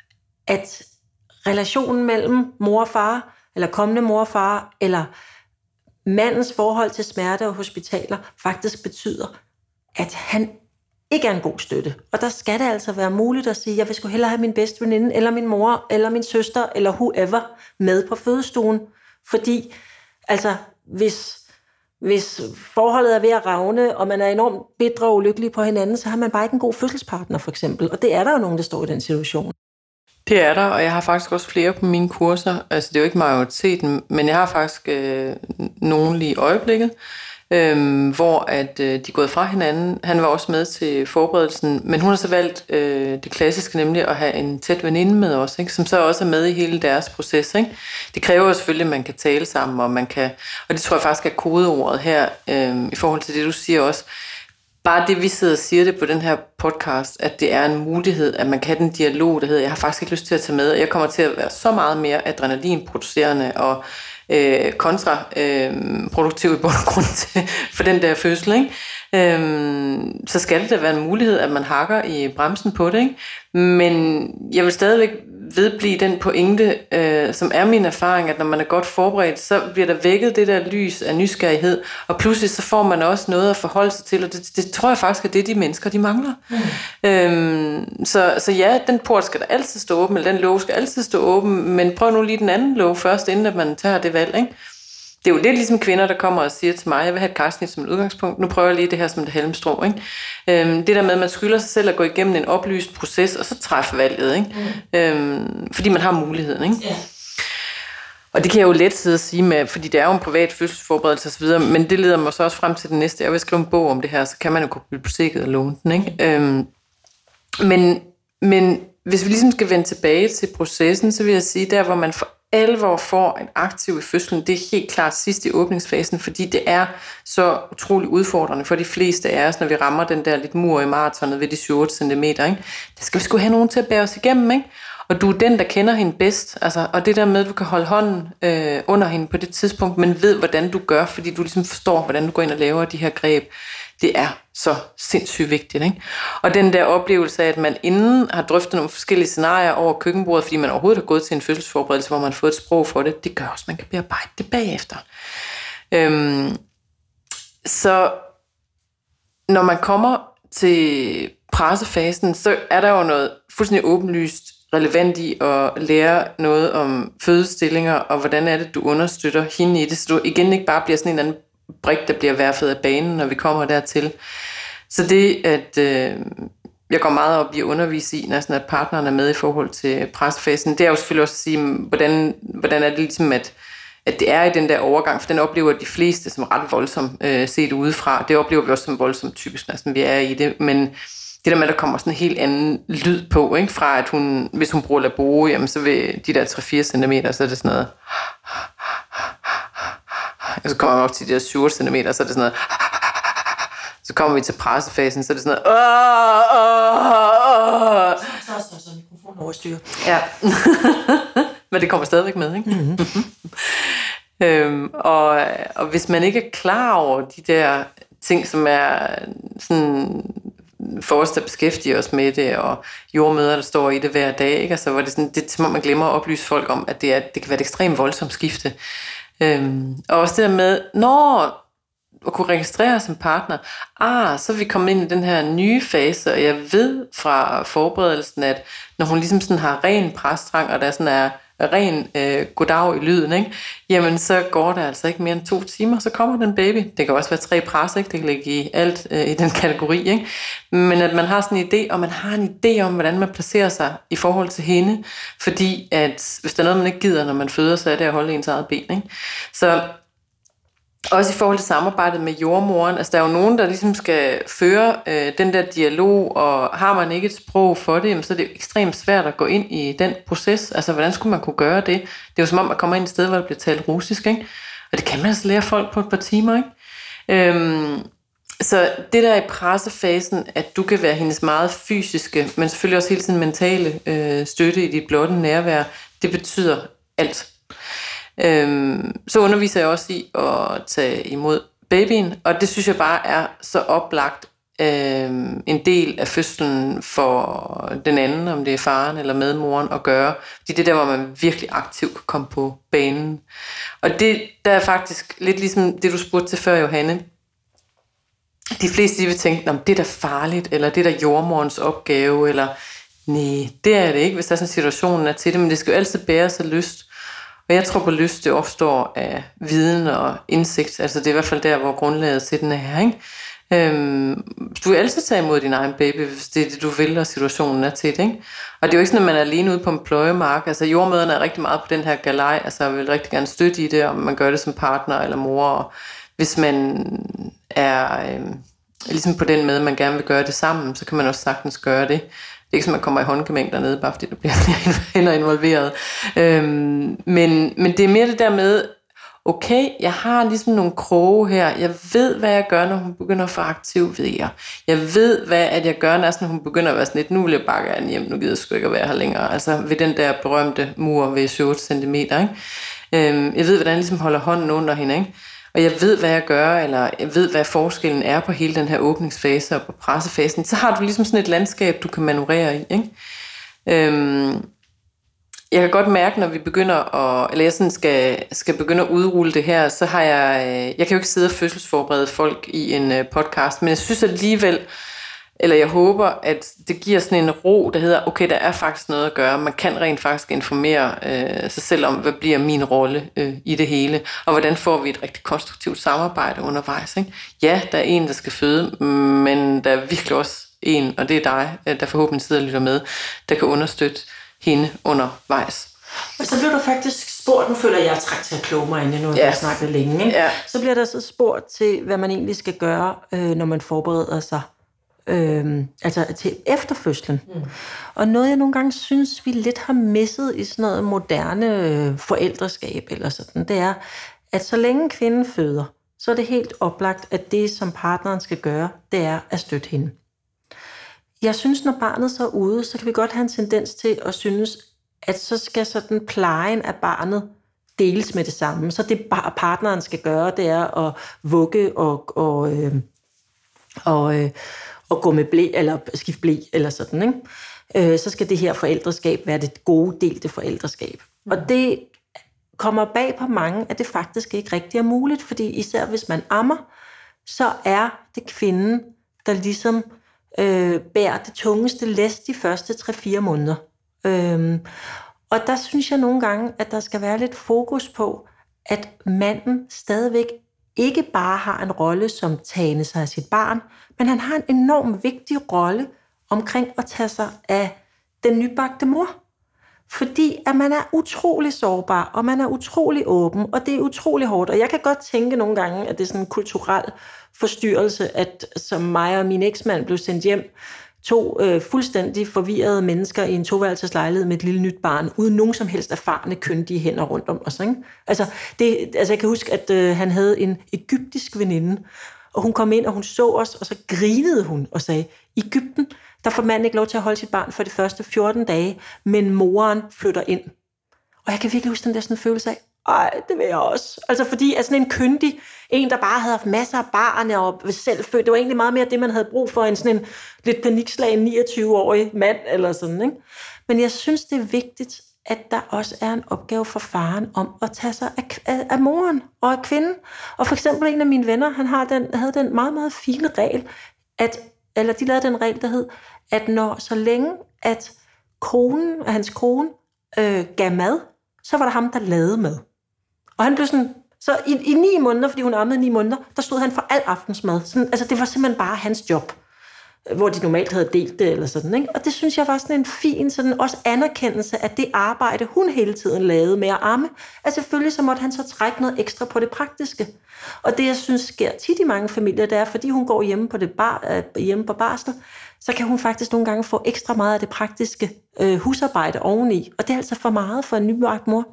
[SPEAKER 1] at relationen mellem mor og far, eller kommende mor og far, eller mandens forhold til smerte og hospitaler, faktisk betyder, at han ikke er en god støtte. Og der skal det altså være muligt at sige, jeg vil sgu hellere have min bedste veninde, eller min mor, eller min søster, eller whoever med på fødestuen. Fordi, altså, hvis, hvis forholdet er ved at ravne, og man er enormt bitre og ulykkelig på hinanden, så har man bare ikke en god fødselspartner, for eksempel. Og det er der jo nogen, der står i den situation.
[SPEAKER 2] Det er der, og jeg har faktisk også flere på mine kurser. Altså, det er jo ikke majoriteten, men jeg har faktisk øh, nogen lige i øjeblikket, Øhm, hvor at øh, de er gået fra hinanden. Han var også med til forberedelsen, men hun har så valgt øh, det klassiske, nemlig at have en tæt veninde med os, ikke? Som så også er med i hele deres proces, ikke? Det kræver jo selvfølgelig, at man kan tale sammen, og man kan, og det tror jeg faktisk er kodeordet her, øh, i forhold til det, du siger også. Bare det, vi sidder og siger det på den her podcast, at det er en mulighed, at man kan have den dialog, der hedder, jeg har faktisk ikke lyst til at tage med, og jeg kommer til at være så meget mere adrenalinproducerende og øh, kontraproduktiv øh, i bund og grund til, for den der fødsel, ikke? Øhm, så skal det da være en mulighed, at man hakker i bremsen på det, ikke? Men jeg vil stadigvæk vedblive den pointe, øh, som er min erfaring, at når man er godt forberedt, så bliver der vækket det der lys af nysgerrighed, og pludselig så får man også noget at forholde sig til, og det, det tror jeg faktisk, at det er de mennesker, de mangler. Mm. Øhm, så, så ja, den port skal der altid stå åben, eller den låge skal altid stå åben, men prøv nu lige den anden låge først, inden at man tager det valg, ikke? Det er jo lidt ligesom kvinder, der kommer og siger til mig, jeg vil have et kejsersnit som et udgangspunkt. Nu prøver jeg lige det her som et halmstrå, ikke? Øhm, det der med, at man skylder sig selv at gå igennem en oplyst proces, og så træffe valget, ikke? Mm. Øhm, fordi man har muligheden, ikke? Yeah. Og det kan jeg jo let sidde og sige med, fordi det er jo en privat fødselsforberedelse osv., men det leder mig så også frem til det næste. Jeg vil skrive en bog om det her, så kan man jo gå på biblioteket og låne den, ikke? Øhm, men, men hvis vi ligesom skal vende tilbage til processen, så vil jeg sige, der hvor man for alvor får en aktiv i fødslen, det er helt klart sidst i åbningsfasen, fordi det er så utrolig udfordrende for de fleste af os, når vi rammer den der lidt mur i maratonet ved de syv otte centimeter. Ikke? Der skal vi sgu have nogen til at bære os igennem, ikke? Og du er den, der kender hende bedst. Altså, og det der med, at du kan holde hånden øh, under hende på det tidspunkt, men ved, hvordan du gør, fordi du ligesom forstår, hvordan du går ind og laver de her greb. Det er så sindssygt vigtigt. Ikke? Og den der oplevelse af, at man inden har drøftet nogle forskellige scenarier over køkkenbordet, fordi man overhovedet har gået til en fødselsforberedelse, hvor man har fået et sprog for det, det gør også, at man kan bearbejde det bagefter. Øhm, så når man kommer til pressefasen, så er der jo noget fuldstændig åbenlyst relevant i at lære noget om fødestillinger, og hvordan er det, du understøtter hende i det, så du igen ikke bare bliver sådan en eller anden brik, der bliver værfet af banen, når vi kommer dertil. Så det, at øh, jeg går meget op i at undervise i, når sådan, at partneren er med i forhold til pressefasen, det er jo selvfølgelig også at sige, hvordan, hvordan er det ligesom, at, at det er i den der overgang, for den oplever de fleste som ret voldsomt øh, set udefra. Det oplever vi også som voldsomt typisk, når vi er i det, men det der med, at der kommer sådan en helt anden lyd på, ikke? Fra at hun, hvis hun bruger Labo, jamen så vil de der tre fire centimeter, så er det sådan noget, og så kommer man op til de der syv centimeter, så er det sådan noget, så kommer vi til pressefasen, så er det sådan noget, åh, åh, åh.
[SPEAKER 1] Så er så, så mikrofonen overstyrer.
[SPEAKER 2] Ja, men det kommer stadigvæk med, ikke? Mm-hmm. øhm, og, og hvis man ikke er klar over de der ting, som er sådan for os, der beskæftiger os med det, og jordmøder, der står i det hver dag, ikke? Altså, hvor det, sådan, det er som om man glemmer at oplyse folk om, at det, er, det kan være et ekstremt voldsomt skifte. Øhm, og også det der med, når at kunne registrere som partner, ah, så er vi kommet ind i den her nye fase, og jeg ved fra forberedelsen, at når hun ligesom sådan har ren præstrang, og der sådan er ren øh, goddag i lyden, ikke? Jamen så går der altså ikke mere end to timer, så kommer den baby. Det kan også være tre pres, ikke? Det kan ligge i alt øh, i den kategori, ikke? Men at man har sådan en idé, og man har en idé om, hvordan man placerer sig i forhold til hende, fordi at hvis der er noget, man ikke gider, når man føder, så er det at holde ens eget ben, ikke? Så også i forhold til samarbejdet med jordmoren, altså der er jo nogen, der ligesom skal føre øh, den der dialog, og har man ikke et sprog for det, jamen, så er det jo ekstremt svært at gå ind i den proces. Altså hvordan skulle man kunne gøre det? Det er jo som om, man kommer ind et sted, hvor der bliver talt russisk, ikke? Og det kan man altså lære folk på et par timer, ikke? Øhm, så det der i pressefasen, at du kan være hendes meget fysiske, men selvfølgelig også hele tiden mentale øh, støtte i dit blotte nærvær, det betyder alt. Øhm, så underviser jeg også i at tage imod babyen, og det synes jeg bare er så oplagt øhm, en del af fødslen for den anden, om det er faren eller medmoren, at gøre. Fordi det er der, hvor man virkelig aktivt kan komme på banen. Og det der er faktisk lidt ligesom det, du spurgte til før, Johanne. De fleste de vil tænke, det er da farligt, eller det er da jordmorens opgave, eller nej, det er det ikke, hvis der er sådan en situation er til det, men det skal jo altid bære sig lyst. Og jeg tror på lyst, det opstår af viden og indsigt. Altså det er i hvert fald der, hvor grundlaget til den er her, ikke? Øhm, du vil altid tage imod din egen baby, hvis det er det, du vil, og situationen er til det, ikke? Og det er jo ikke sådan, at man er alene ude på en pløjemark. Altså jordmøderne er rigtig meget på den her galej. Altså jeg vil rigtig gerne støtte i det, om man gør det som partner eller mor. Og hvis man er øhm, ligesom på den med, man gerne vil gøre det sammen, så kan man også sagtens gøre det. Det er ikke som, man kommer i håndgemæng dernede, bare fordi der bliver flere hænder involveret. Øhm, men, men det er mere det der med, okay, jeg har ligesom nogle kroge her. Jeg ved, hvad jeg gør, når hun begynder at få aktiv vejer. Jeg ved, hvad at jeg gør, når hun begynder at være sådan lidt, nu vil jeg bare gerne hjem, nu gider jeg sgu ikke at være her længere. Altså ved den der berømte mur ved syv otte centimeter, ikke? Øhm, jeg ved, hvordan jeg ligesom holder hånden under hende, ikke? Og jeg ved, hvad jeg gør, eller jeg ved, hvad forskellen er på hele den her åbningsfase og på pressefasen, så har du ligesom sådan et landskab, du kan manøvrere i, ikke? Øhm, jeg kan godt mærke, når vi begynder at, eller jeg sådan skal, skal begynde at udrulle det her, så har jeg, jeg kan jo ikke sidde og fødselsforberede folk i en podcast, men jeg synes alligevel, eller jeg håber, at det giver sådan en ro, der hedder, okay, der er faktisk noget at gøre. Man kan rent faktisk informere øh, sig selv om, hvad bliver min rolle øh, i det hele, og hvordan får vi et rigtig konstruktivt samarbejde undervejs, ikke? Ja, der er en, der skal føde, men der er virkelig også en, og det er dig, der forhåbentlig sidder og lytter med, der kan understøtte hende undervejs.
[SPEAKER 1] Og så bliver du faktisk spurgt, nu føler jeg, at jeg er træt til at kloge mig inden, nu har jeg snakket længe, ikke?
[SPEAKER 2] Ja.
[SPEAKER 1] Så bliver der så spurgt til, hvad man egentlig skal gøre, øh, når man forbereder sig øh, altså til efterfødslen. Mm. Og noget, jeg nogle gange synes, vi lidt har misset i sådan noget moderne forældreskab, eller sådan, det er, at så længe kvinden føder, så er det helt oplagt, at det, som partneren skal gøre, det er at støtte hende. Jeg synes, når barnet så er ude, så kan vi godt have en tendens til at synes, at så skal sådan plejen af barnet deles med det samme. Så det partneren skal gøre, det er at vugge og, og, øh, og, øh, og gå med blæ, eller skifte blæ, eller sådan, ikke? Øh, så skal det her forældreskab være det gode delte forældreskab. Mm. Og det kommer bag på mange, at det faktisk ikke rigtig er muligt, fordi især hvis man ammer, så er det kvinden, der ligesom øh, bærer det tungeste læs de første tre fire måneder. Øh, og der synes jeg nogle gange, at der skal være lidt fokus på, at manden stadigvæk ikke bare har en rolle som tagende sig af sit barn, men han har en enorm vigtig rolle omkring at tage sig af den nybagte mor. Fordi at man er utrolig sårbar, og man er utrolig åben, og det er utrolig hårdt. Og jeg kan godt tænke nogle gange, at det er sådan en kulturel forstyrrelse, at som mig og min eksmand blev sendt hjem, to øh, fuldstændig forvirrede mennesker i en toværelseslejlighed med et lille nyt barn, uden nogen som helst erfarne kyndige hænder rundt om os. Ikke? Altså, det, altså, jeg kan huske, at øh, han havde en egyptisk veninde, og hun kom ind, og hun så os, og så grinede hun og sagde, i Egypten, der får manden ikke lov til at holde sit barn for de første fjorten dage, men moren flytter ind. Og jeg kan virkelig huske den der sådan følelse af, ej, det vil jeg også. Altså fordi, at sådan en kyndig, en der bare havde haft masser af barn og selv født, det var egentlig meget mere det, man havde brug for, en sådan en lidt panikslagen niogtyve-årig mand eller sådan, ikke? Men jeg synes, det er vigtigt, at der også er en opgave for faren om at tage sig af, af, af moren og af kvinden. Og for eksempel en af mine venner, han har den, havde den meget, meget fine regel, at, eller de lavede den regel, der hed, at når så længe, at konen og hans kone øh, gav mad, så var der ham, der lavede mad. Og han blev sådan, så i, i ni måneder, fordi hun ammede ni måneder, der stod han for al aftensmad. Sådan, altså det var simpelthen bare hans job, hvor de normalt havde delt det eller sådan, ikke? Og det synes jeg var sådan en fin, sådan også anerkendelse af det arbejde, hun hele tiden lavede med at amme. Altså selvfølgelig så måtte han så trække noget ekstra på det praktiske. Og det, jeg synes sker tit i mange familier, det er, fordi hun går hjemme på, det bar, hjemme på barsel, så kan hun faktisk nogle gange få ekstra meget af det praktiske øh, husarbejde oveni. Og det er altså for meget for en nybagt mor.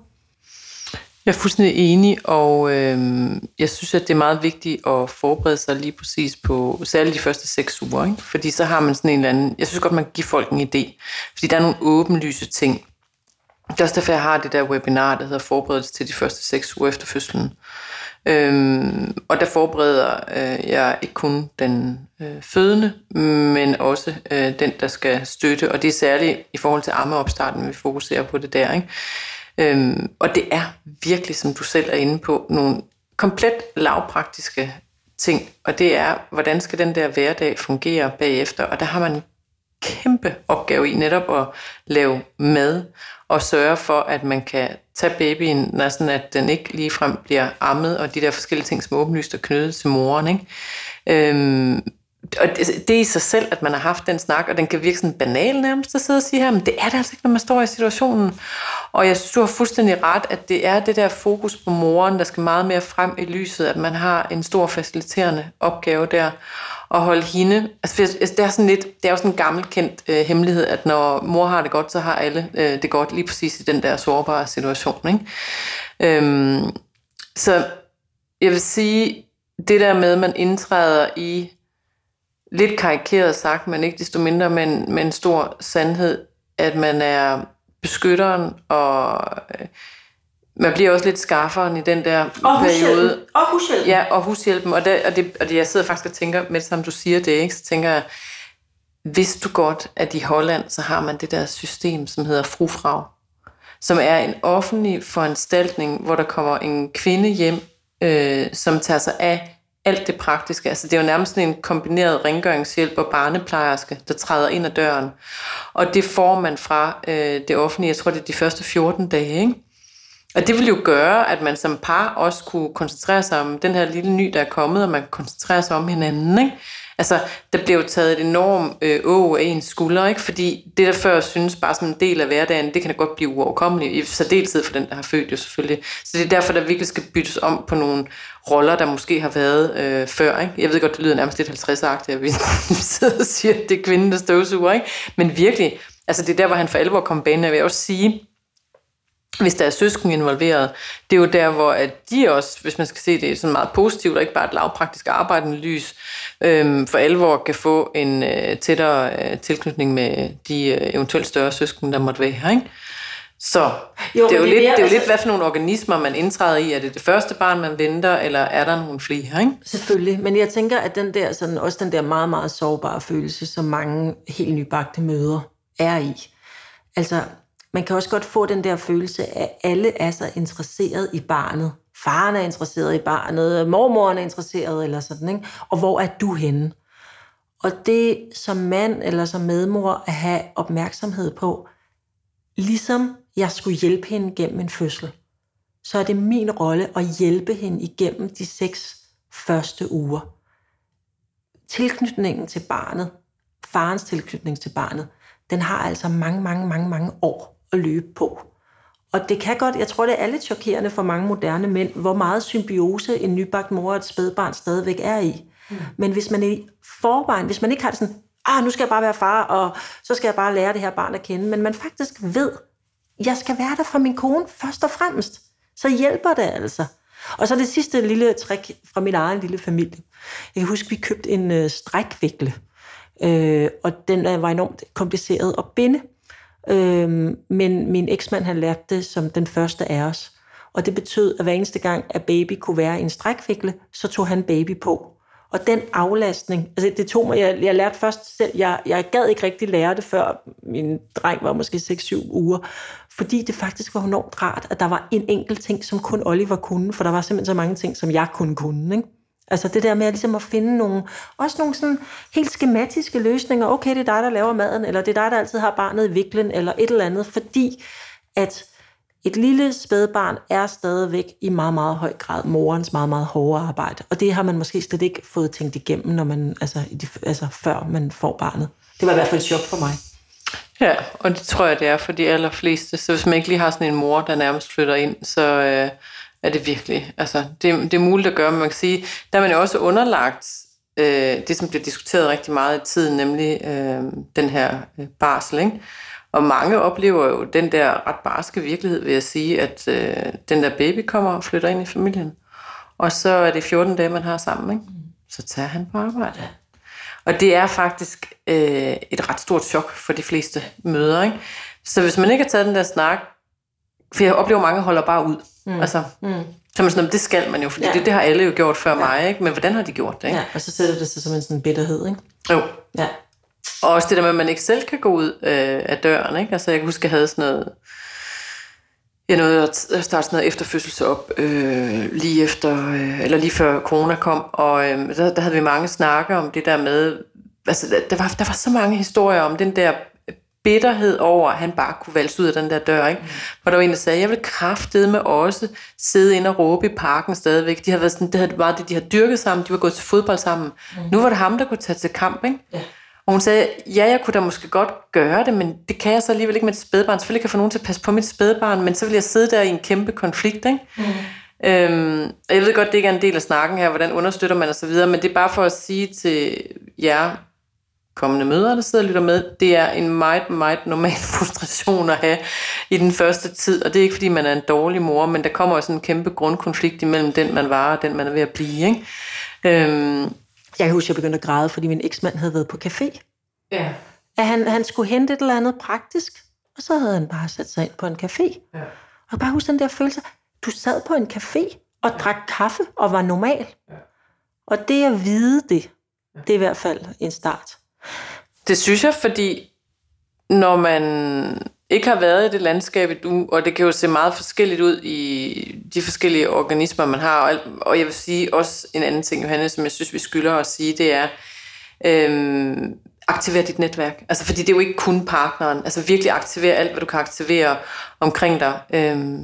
[SPEAKER 2] Jeg er fuldstændig enig, og øh, jeg synes, at det er meget vigtigt at forberede sig lige præcis på særligt de første seks uger, ikke? Fordi så har man sådan en eller anden, jeg synes godt, man kan give folk en idé, fordi der er nogle åbenlyse ting. Det er også derfor, jeg har det der webinar, der hedder Forberedelse til de første seks uger efter fødslen. Øhm, og der forbereder øh, jeg ikke kun den øh, fødende, men også øh, den, der skal støtte, og det er særligt i forhold til ammeopstarten, vi fokuserer på det der, ikke? Øhm, og det er virkelig, som du selv er inde på, nogle komplet lavpraktiske ting, og det er, hvordan skal den der hverdag fungere bagefter, og der har man en kæmpe opgave i netop at lave mad, og sørge for, at man kan tage babyen, når sådan, at den ikke ligefrem bliver ammet, og de der forskellige ting, som er åbenlyst og knyttet til moren, ikke? Øhm, og det, det er i sig selv, at man har haft den snak, og den kan virke sådan banal nærmest at sidde og sige her, men det er det altså ikke, når man står i situationen. Og jeg synes, du har fuldstændig ret, at det er det der fokus på moren, der skal meget mere frem i lyset, at man har en stor faciliterende opgave der, at holde hende. Altså, det er sådan lidt, det er jo sådan en gammelkendt øh, hemmelighed, at når mor har det godt, så har alle øh, det godt lige præcis i den der sårbare situation, ikke? Øhm, så jeg vil sige, det der med, at man indtræder i lidt karikeret sagt, men ikke desto mindre med en, med en stor sandhed, at man er beskytteren, og øh, man bliver også lidt skarferen i den der
[SPEAKER 1] og
[SPEAKER 2] periode.
[SPEAKER 1] Og hushjælpen.
[SPEAKER 2] Ja, og hushjælpen. Og, det, og, det, og det, jeg sidder faktisk og tænker, med det samme du siger det, ikke? Så tænker jeg, vidste du godt, at i Holland, så har man det der system, som hedder frufrau, som er en offentlig foranstaltning, hvor der kommer en kvinde hjem, øh, som tager sig af alt det praktiske. Altså det er jo nærmest sådan en kombineret rengøringshjælp og barneplejerske, der træder ind ad døren. Og det får man fra øh, det offentlige, jeg tror det er de første fjorten dage, ikke? Og det vil jo gøre, at man som par også kunne koncentrere sig om den her lille ny, der er kommet, og man kan koncentrere sig om hinanden, ikke? Altså, der bliver jo taget et enormt øh, åg af ens skuldre, ikke? Fordi det, der før synes bare som en del af hverdagen, det kan da godt blive uoverkommeligt, i særdeleshed for den, der har født jo selvfølgelig. Så det er derfor, der virkelig skal byttes om på nogle roller, der måske har været øh, før, ikke? Jeg ved godt, det lyder nærmest lidt halvtreds-agtigt, at vi sidder og siger, at det er kvinden, der støvsuger, ikke? Men virkelig, altså det er der, hvor han for alvor kom banen. Jeg vil også sige, hvis der er søskende involveret, det er jo der, hvor at de også, hvis man skal se det sådan meget positivt, og ikke bare et lavpraktisk arbejdende lys, øhm, for alvor kan få en øh, tættere øh, tilknytning med de øh, eventuelt større søskende, der måtte være her, ikke? Så jo, det er jo, lidt, det er jo altså lidt, hvad for nogle organismer man indtræder i. Er det det første barn, man venter, eller er der nogle flere, ikke?
[SPEAKER 1] Selvfølgelig, men jeg tænker, at den der, sådan, også den der meget, meget sårbare følelse, som mange helt nybagte mødre er i. Altså, man kan også godt få den der følelse af, at alle er så interesseret i barnet. Faren er interesseret i barnet, mormoren er interesseret, eller sådan, ikke? Og hvor er du henne? Og det som mand eller som medmor at have opmærksomhed på, ligesom jeg skulle hjælpe hende gennem en fødsel, så er det min rolle at hjælpe hende igennem de seks første uger. Tilknytningen til barnet, farens tilknytning til barnet, den har altså mange, mange, mange, mange år at løbe på. Og det kan godt, jeg tror, det er lidt chokerende for mange moderne mænd, hvor meget symbiose en nybagt mor og et spædbarn stadigvæk er i. Mm. Men hvis man i forvejen, hvis man ikke har det sådan, ah, nu skal jeg bare være far, og så skal jeg bare lære det her barn at kende, men man faktisk ved, jeg skal være der for min kone først og fremmest, så hjælper det altså. Og så det sidste lille trick fra min egen lille familie. Jeg kan huske, vi købte en øh, strækvikle, øh, og den øh, var enormt kompliceret at binde. Øh, men min eksmand, han lærte det som den første af os. Og det betød, at hver eneste gang, at baby kunne være i en strækvikle, så tog han baby på. Og den aflastning, altså det tog mig, jeg, jeg lærte først selv, jeg, jeg gad ikke rigtig lære det, før min dreng var måske seks syv uger, fordi det faktisk var enormt rart, at der var en enkelt ting, som kun Oliver kunne, for der var simpelthen så mange ting, som jeg kunne kunne, ikke? Altså det der med at, ligesom at finde nogle, også nogle sådan helt skematiske løsninger, okay, det er dig, der laver maden, eller det er dig, der altid har barnet i viklen, eller et eller andet, fordi at et lille spædbarn er stadigvæk i meget, meget høj grad morens meget, meget hårde arbejde. Og det har man måske slet ikke fået tænkt igennem, når man, altså, altså før man får barnet. Det var i hvert fald et chok for mig.
[SPEAKER 2] Ja, og det tror jeg, det er for de allerfleste. Så hvis man ikke lige har sådan en mor, der nærmest flytter ind, så øh, er det virkelig, altså det, det er muligt at gøre, men man kan sige, der er man jo også underlagt øh, det, som bliver diskuteret rigtig meget i tiden, nemlig øh, den her øh, barsel, ikke? Og mange oplever jo den der ret barske virkelighed, vil jeg sige, at øh, den der baby kommer og flytter ind i familien. Og så er det fjorten dage, man har sammen, ikke? Så tager han på arbejde. Og det er faktisk øh, et ret stort chok for de fleste mødre, ikke? Så hvis man ikke har taget den der snak, for jeg oplever, mange holder bare ud. Mm. Altså, mm. så man sådan, det skal man jo, fordi ja. det, det har alle jo gjort før ja. mig, ikke? Men hvordan har de gjort det, ikke?
[SPEAKER 1] Ja, og så sætter det sig som en sådan bitterhed, ikke?
[SPEAKER 2] Jo.
[SPEAKER 1] Ja.
[SPEAKER 2] Og også det der med, at man ikke selv kan gå ud øh, af døren, ikke? Altså jeg kan huske, at jeg havde sådan noget, jeg nåede at starte sådan noget efterfødselse op, øh, lige efter, øh, eller lige før corona kom, og øh, der, der havde vi mange snakker om det der med, altså der, der, var, der var så mange historier om den der bitterhed over, at han bare kunne valse ud af den der dør, ikke? Mm. Hvor der var en, der sagde, jeg vil kraftedeme også sidde inde og råbe i parken stadigvæk. De havde været sådan, det havde været det, de havde dyrket sammen, de var gået til fodbold sammen. Mm. Nu var det ham, der kunne tage til kamp, ikke? Ja. Og hun sagde, ja, jeg kunne da måske godt gøre det, men det kan jeg så alligevel ikke med et spædbarn. Selvfølgelig kan jeg få nogen til at passe på mit spædbarn, men så vil jeg sidde der i en kæmpe konflikt, ikke? Mm. Øhm, jeg ved godt, det ikke er en del af snakken her, hvordan understøtter man og så videre, men det er bare for at sige til jer kommende mødre, der sidder og lytter med, det er en meget, meget normal frustration at have i den første tid, og det er ikke, fordi man er en dårlig mor, men der kommer også en kæmpe grundkonflikt imellem den, man var, og den, man er ved at blive, ikke? Øhm,
[SPEAKER 1] Jeg kan huske, at jeg begyndte at græde, fordi min eksmand havde været på café.
[SPEAKER 2] Ja.
[SPEAKER 1] At han, han skulle hente et eller andet praktisk, og så havde han bare sat sig ind på en café. Ja. Og jeg bare huske den der følelse, du sad på en café og drak kaffe og var normal. Ja. Og det at vide det, det er i hvert fald en start.
[SPEAKER 2] Det synes jeg, fordi når man ikke har været i det landskab endnu, og det kan jo se meget forskelligt ud i de forskellige organismer, man har, og, og jeg vil sige også en anden ting, Johanne, som jeg synes, vi skylder at sige, det er, øhm, aktivere dit netværk. Altså, fordi det er jo ikke kun partneren. Altså virkelig aktivere alt, hvad du kan aktivere omkring dig. Øhm,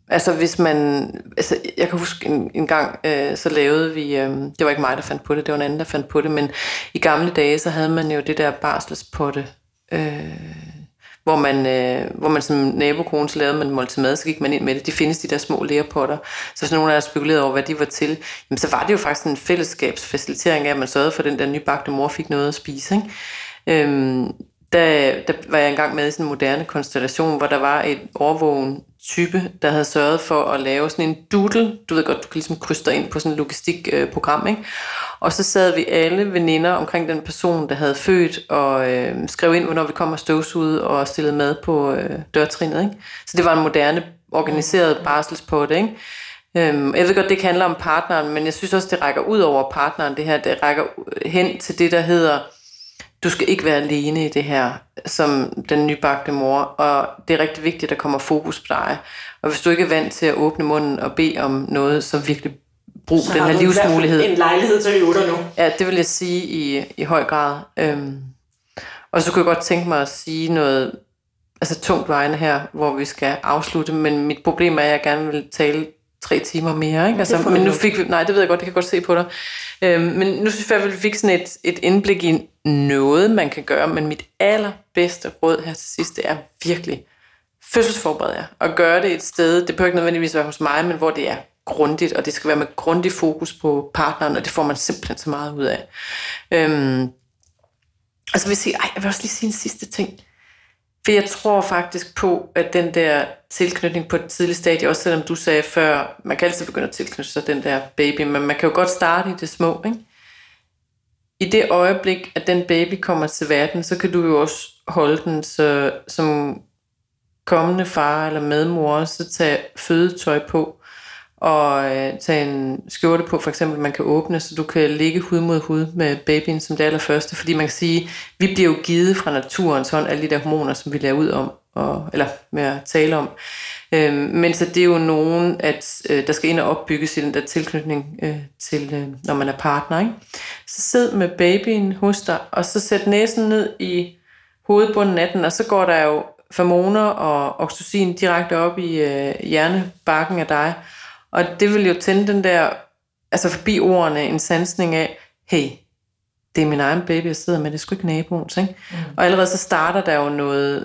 [SPEAKER 2] Altså hvis man, altså jeg kan huske en, en gang, øh, så lavede vi, øh, det var ikke mig, der fandt på det, det var en anden, der fandt på det, men i gamle dage, så havde man jo det der barselspotte, øh, hvor man, øh, hvor man som nabokone, så lavede man måltid mad, så gik man ind med det. De findes de der små lerpotter. Så hvis nogen af jer spekulerede over, hvad de var til, jamen, så var det jo faktisk en fællesskabsfacilitering af, at man sørgede for, at den der nybagte mor fik noget at spise. Ikke? Øhm, der, der var jeg engang med i sådan en moderne konstellation, hvor der var et overvågen type, der havde sørget for at lave sådan en doodle. Du ved godt, du kan ligesom krydse dig ind på sådan et logistikprogram, ikke? Og så sad vi alle veninder omkring den person, der havde født, og øh, skrev ind, hvornår vi kom og støvsugede og stillede mad på øh, dørtrinnet, ikke? Så det var en moderne, organiseret barselspot, ikke? Øhm, jeg ved godt, det ikke handler om partneren, men jeg synes også, det rækker ud over partneren, det her. Det rækker hen til det, der hedder, du skal ikke være alene i det her, som den nybagte mor, og det er rigtig vigtigt, at der kommer fokus på dig. Og hvis du ikke er vant til at åbne munden og bede om noget, så virkelig brug den her livsmulighed.
[SPEAKER 1] En lejlighed til øve dig nu.
[SPEAKER 2] Ja, det vil jeg sige i, i høj grad. Øhm, og så kunne jeg godt tænke mig at sige noget altså tungt vegne her, hvor vi skal afslutte, men mit problem er, at jeg gerne vil tale tre timer mere. Ikke? Altså, men nu fik vi, nej, det ved jeg godt, det kan jeg godt se på dig. Øhm, men nu synes jeg, at vi fik sådan et, et indblik i noget, man kan gøre, men mit allerbedste råd her til sidst, det er virkelig fødselsforbered jer, og gøre det et sted, det behøver ikke nødvendigvis være hos mig, men hvor det er grundigt, og det skal være med grundig fokus på partneren, og det får man simpelthen så meget ud af. Øhm, altså vil jeg sige, ej, jeg vil også lige sige en sidste ting. For jeg tror faktisk på, at den der tilknytning på et tidligt stadie, også selvom du sagde før, man kan altid begynde at tilknytte sig den der baby, men man kan jo godt starte i det små, ikke? I det øjeblik, at den baby kommer til verden, så kan du jo også holde den så, som kommende far eller medmor, så tage fødetøj på, og øh, tage en skjorte på, for eksempel, man kan åbne, så du kan ligge hud mod hud med babyen som det allerførste, fordi man kan sige, vi bliver jo givet fra naturens hånd alle de der hormoner, som vi lærer ud om, og, eller med at tale om, øh, men så det er jo nogen, at øh, der skal ind og opbygges i den der tilknytning øh, til, øh, når man er partner, ikke? Så sid med babyen hos dig, og så sæt næsen ned i hovedbunden af den, og så går der jo hormoner og oxytocin direkte op i øh, hjernebarken af dig. Og det vil jo tænde den der, altså forbi ordene, en sansning af, hey, det er min egen baby, jeg sidder med, det er sgu ikke naboens, ikke? Mm. Og allerede så starter der jo noget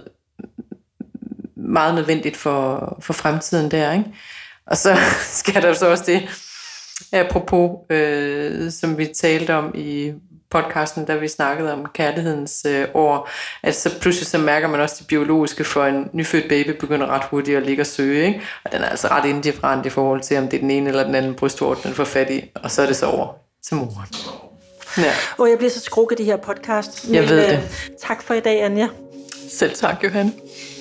[SPEAKER 2] meget nødvendigt for, for fremtiden der, ikke? Og så skal der jo så også det, apropos, øh, som vi talte om i podcasten, da vi snakkede om kærlighedens øh, år, at så pludselig så mærker man også det biologiske, for en nyfødt baby begynder ret hurtigt at ligge og søge, ikke? Og den er altså ret indifferent i forhold til, om det er den ene eller den anden brystvort, den får fat i, og så er det så over til moren. Ja.
[SPEAKER 1] Og jeg bliver så skruk af de her podcast.
[SPEAKER 2] Jeg ved det.
[SPEAKER 1] Øh, tak for i dag, Anja.
[SPEAKER 2] Selv tak, Johan.